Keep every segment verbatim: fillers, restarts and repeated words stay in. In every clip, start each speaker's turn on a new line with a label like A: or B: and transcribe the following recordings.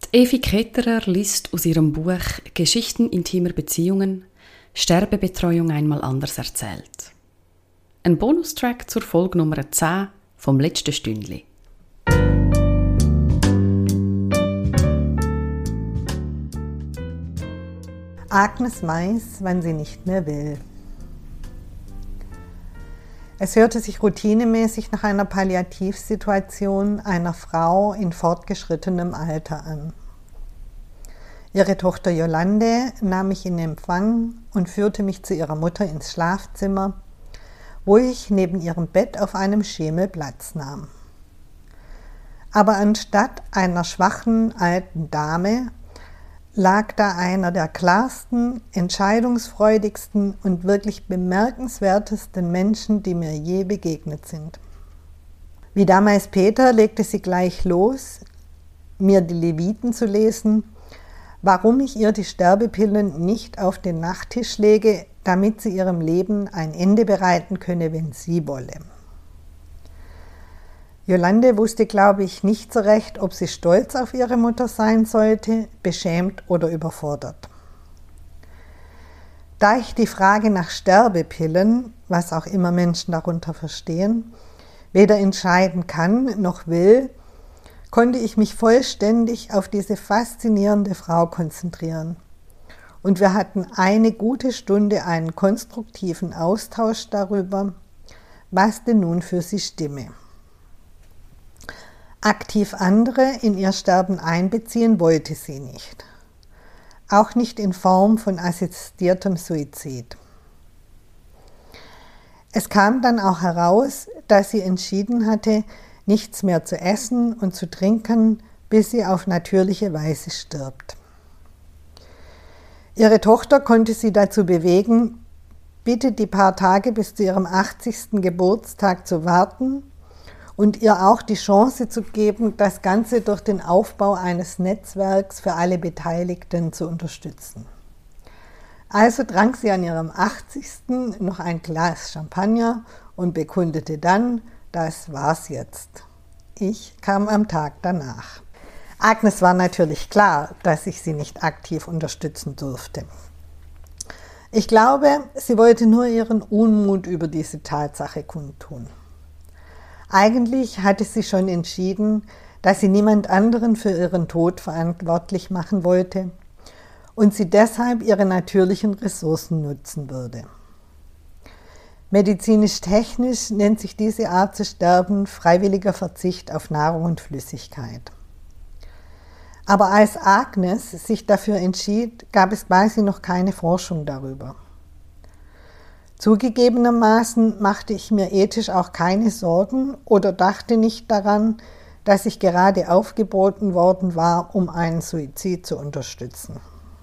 A: Evi Ketterer liest aus ihrem Buch «Geschichten intimer Beziehungen. Sterbebetreuung einmal anders erzählt». Ein Bonustrack zur Folge Nummer zehn vom letzten Stündli.
B: Agnes weiß, wann sie nicht mehr will. Es hörte sich routinemäßig nach einer Palliativsituation einer Frau in fortgeschrittenem Alter an. Ihre Tochter Jolande nahm mich in Empfang und führte mich zu ihrer Mutter ins Schlafzimmer, wo ich neben ihrem Bett auf einem Schemel Platz nahm. Aber anstatt einer schwachen alten Dame lag da einer der klarsten, entscheidungsfreudigsten und wirklich bemerkenswertesten Menschen, die mir je begegnet sind. Wie damals Peter legte sie gleich los, mir die Leviten zu lesen, warum ich ihr die Sterbepillen nicht auf den Nachttisch lege, damit sie ihrem Leben ein Ende bereiten könne, wenn sie wolle. Jolande wusste, glaube ich, nicht so recht, ob sie stolz auf ihre Mutter sein sollte, beschämt oder überfordert. Da ich die Frage nach Sterbepillen, was auch immer Menschen darunter verstehen, weder entscheiden kann noch will, konnte ich mich vollständig auf diese faszinierende Frau konzentrieren. Und wir hatten eine gute Stunde einen konstruktiven Austausch darüber, was denn nun für sie stimme. Aktiv andere in ihr Sterben einbeziehen wollte sie nicht. Auch nicht in Form von assistiertem Suizid. Es kam dann auch heraus, dass sie entschieden hatte, nichts mehr zu essen und zu trinken, bis sie auf natürliche Weise stirbt. Ihre Tochter konnte sie dazu bewegen, bitte die paar Tage bis zu ihrem achtzigsten Geburtstag zu warten und ihr auch die Chance zu geben, das Ganze durch den Aufbau eines Netzwerks für alle Beteiligten zu unterstützen. Also trank sie an ihrem achtzigsten noch ein Glas Champagner und bekundete dann, das war's jetzt. Ich kam am Tag danach. Agnes war natürlich klar, dass ich sie nicht aktiv unterstützen durfte. Ich glaube, sie wollte nur ihren Unmut über diese Tatsache kundtun. Eigentlich hatte sie schon entschieden, dass sie niemand anderen für ihren Tod verantwortlich machen wollte und sie deshalb ihre natürlichen Ressourcen nutzen würde. Medizinisch-technisch nennt sich diese Art zu sterben freiwilliger Verzicht auf Nahrung und Flüssigkeit. Aber als Agnes sich dafür entschied, gab es quasi noch keine Forschung darüber. Zugegebenermaßen machte ich mir ethisch auch keine Sorgen oder dachte nicht daran, dass ich gerade aufgeboten worden war, um einen Suizid zu unterstützen.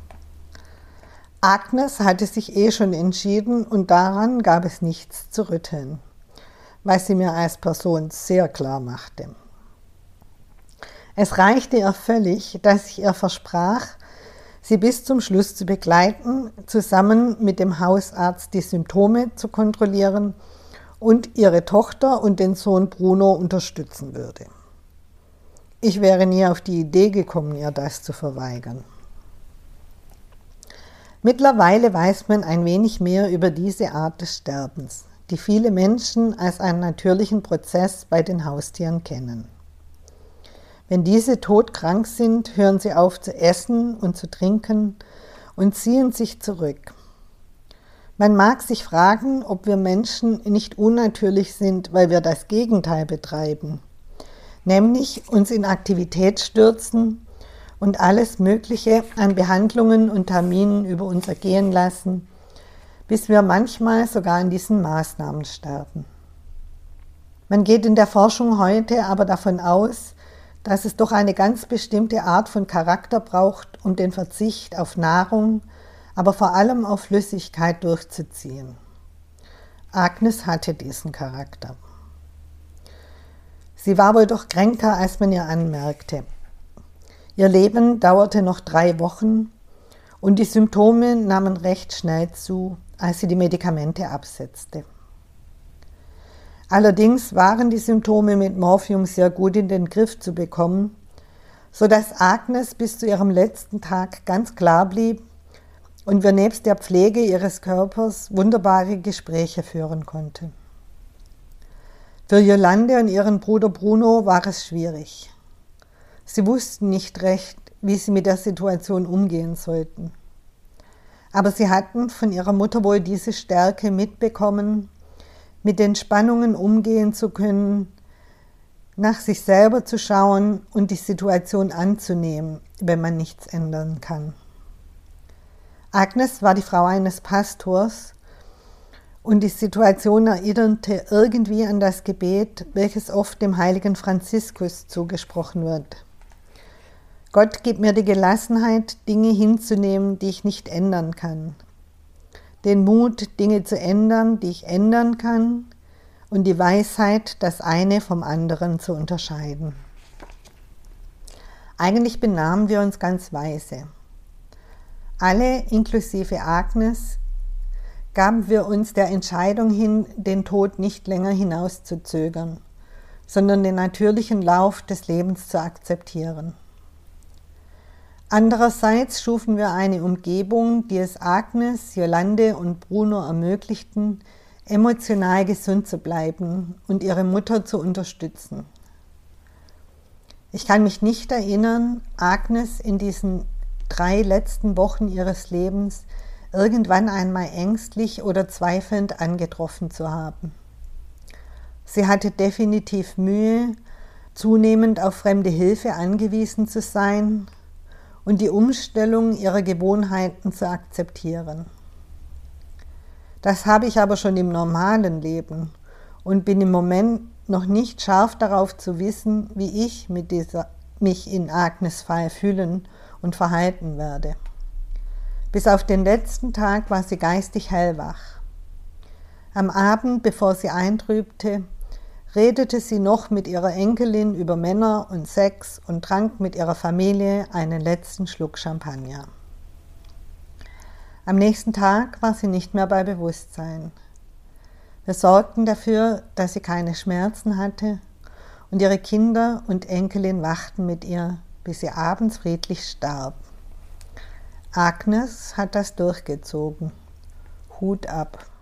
B: Agnes hatte sich eh schon entschieden und daran gab es nichts zu rütteln, was sie mir als Person sehr klar machte. Es reichte ihr völlig, dass ich ihr versprach, sie bis zum Schluss zu begleiten, zusammen mit dem Hausarzt die Symptome zu kontrollieren und ihre Tochter und den Sohn Bruno unterstützen würde. Ich wäre nie auf die Idee gekommen, ihr das zu verweigern. Mittlerweile weiß man ein wenig mehr über diese Art des Sterbens, die viele Menschen als einen natürlichen Prozess bei den Haustieren kennen. Wenn diese todkrank sind, hören sie auf zu essen und zu trinken und ziehen sich zurück. Man mag sich fragen, ob wir Menschen nicht unnatürlich sind, weil wir das Gegenteil betreiben, nämlich uns in Aktivität stürzen und alles Mögliche an Behandlungen und Terminen über uns ergehen lassen, bis wir manchmal sogar an diesen Maßnahmen sterben. Man geht in der Forschung heute aber davon aus, dass es doch eine ganz bestimmte Art von Charakter braucht, um den Verzicht auf Nahrung, aber vor allem auf Flüssigkeit durchzuziehen. Agnes hatte diesen Charakter. Sie war wohl doch kränker, als man ihr anmerkte. Ihr Leben dauerte noch drei Wochen und die Symptome nahmen recht schnell zu, als sie die Medikamente absetzte. Allerdings waren die Symptome mit Morphium sehr gut in den Griff zu bekommen, sodass Agnes bis zu ihrem letzten Tag ganz klar blieb und wir nebst der Pflege ihres Körpers wunderbare Gespräche führen konnte. Für Jolande und ihren Bruder Bruno war es schwierig. Sie wussten nicht recht, wie sie mit der Situation umgehen sollten. Aber sie hatten von ihrer Mutter wohl diese Stärke mitbekommen, mit den Spannungen umgehen zu können, nach sich selber zu schauen und die Situation anzunehmen, wenn man nichts ändern kann. Agnes war die Frau eines Pastors und die Situation erinnerte irgendwie an das Gebet, welches oft dem heiligen Franziskus zugesprochen wird. Gott, gib mir die Gelassenheit, Dinge hinzunehmen, die ich nicht ändern kann. Den Mut, Dinge zu ändern, die ich ändern kann, und die Weisheit, das eine vom anderen zu unterscheiden. Eigentlich benahmen wir uns ganz weise. Alle, inklusive Agnes, gaben wir uns der Entscheidung hin, den Tod nicht länger hinauszuzögern, sondern den natürlichen Lauf des Lebens zu akzeptieren. Andererseits schufen wir eine Umgebung, die es Agnes, Jolande und Bruno ermöglichten, emotional gesund zu bleiben und ihre Mutter zu unterstützen. Ich kann mich nicht erinnern, Agnes in diesen drei letzten Wochen ihres Lebens irgendwann einmal ängstlich oder zweifelnd angetroffen zu haben. Sie hatte definitiv Mühe, zunehmend auf fremde Hilfe angewiesen zu sein und die Umstellung ihrer Gewohnheiten zu akzeptieren. Das habe ich aber schon im normalen Leben und bin im Moment noch nicht scharf darauf zu wissen, wie ich mit dieser, mich in Agnes Fall fühlen und verhalten werde. Bis auf den letzten Tag war sie geistig hellwach. Am Abend, bevor sie eintrübte, redete sie noch mit ihrer Enkelin über Männer und Sex und trank mit ihrer Familie einen letzten Schluck Champagner. Am nächsten Tag war sie nicht mehr bei Bewusstsein. Wir sorgten dafür, dass sie keine Schmerzen hatte, und ihre Kinder und Enkelin wachten mit ihr, bis sie abends friedlich starb. Agnes hat das durchgezogen. Hut ab.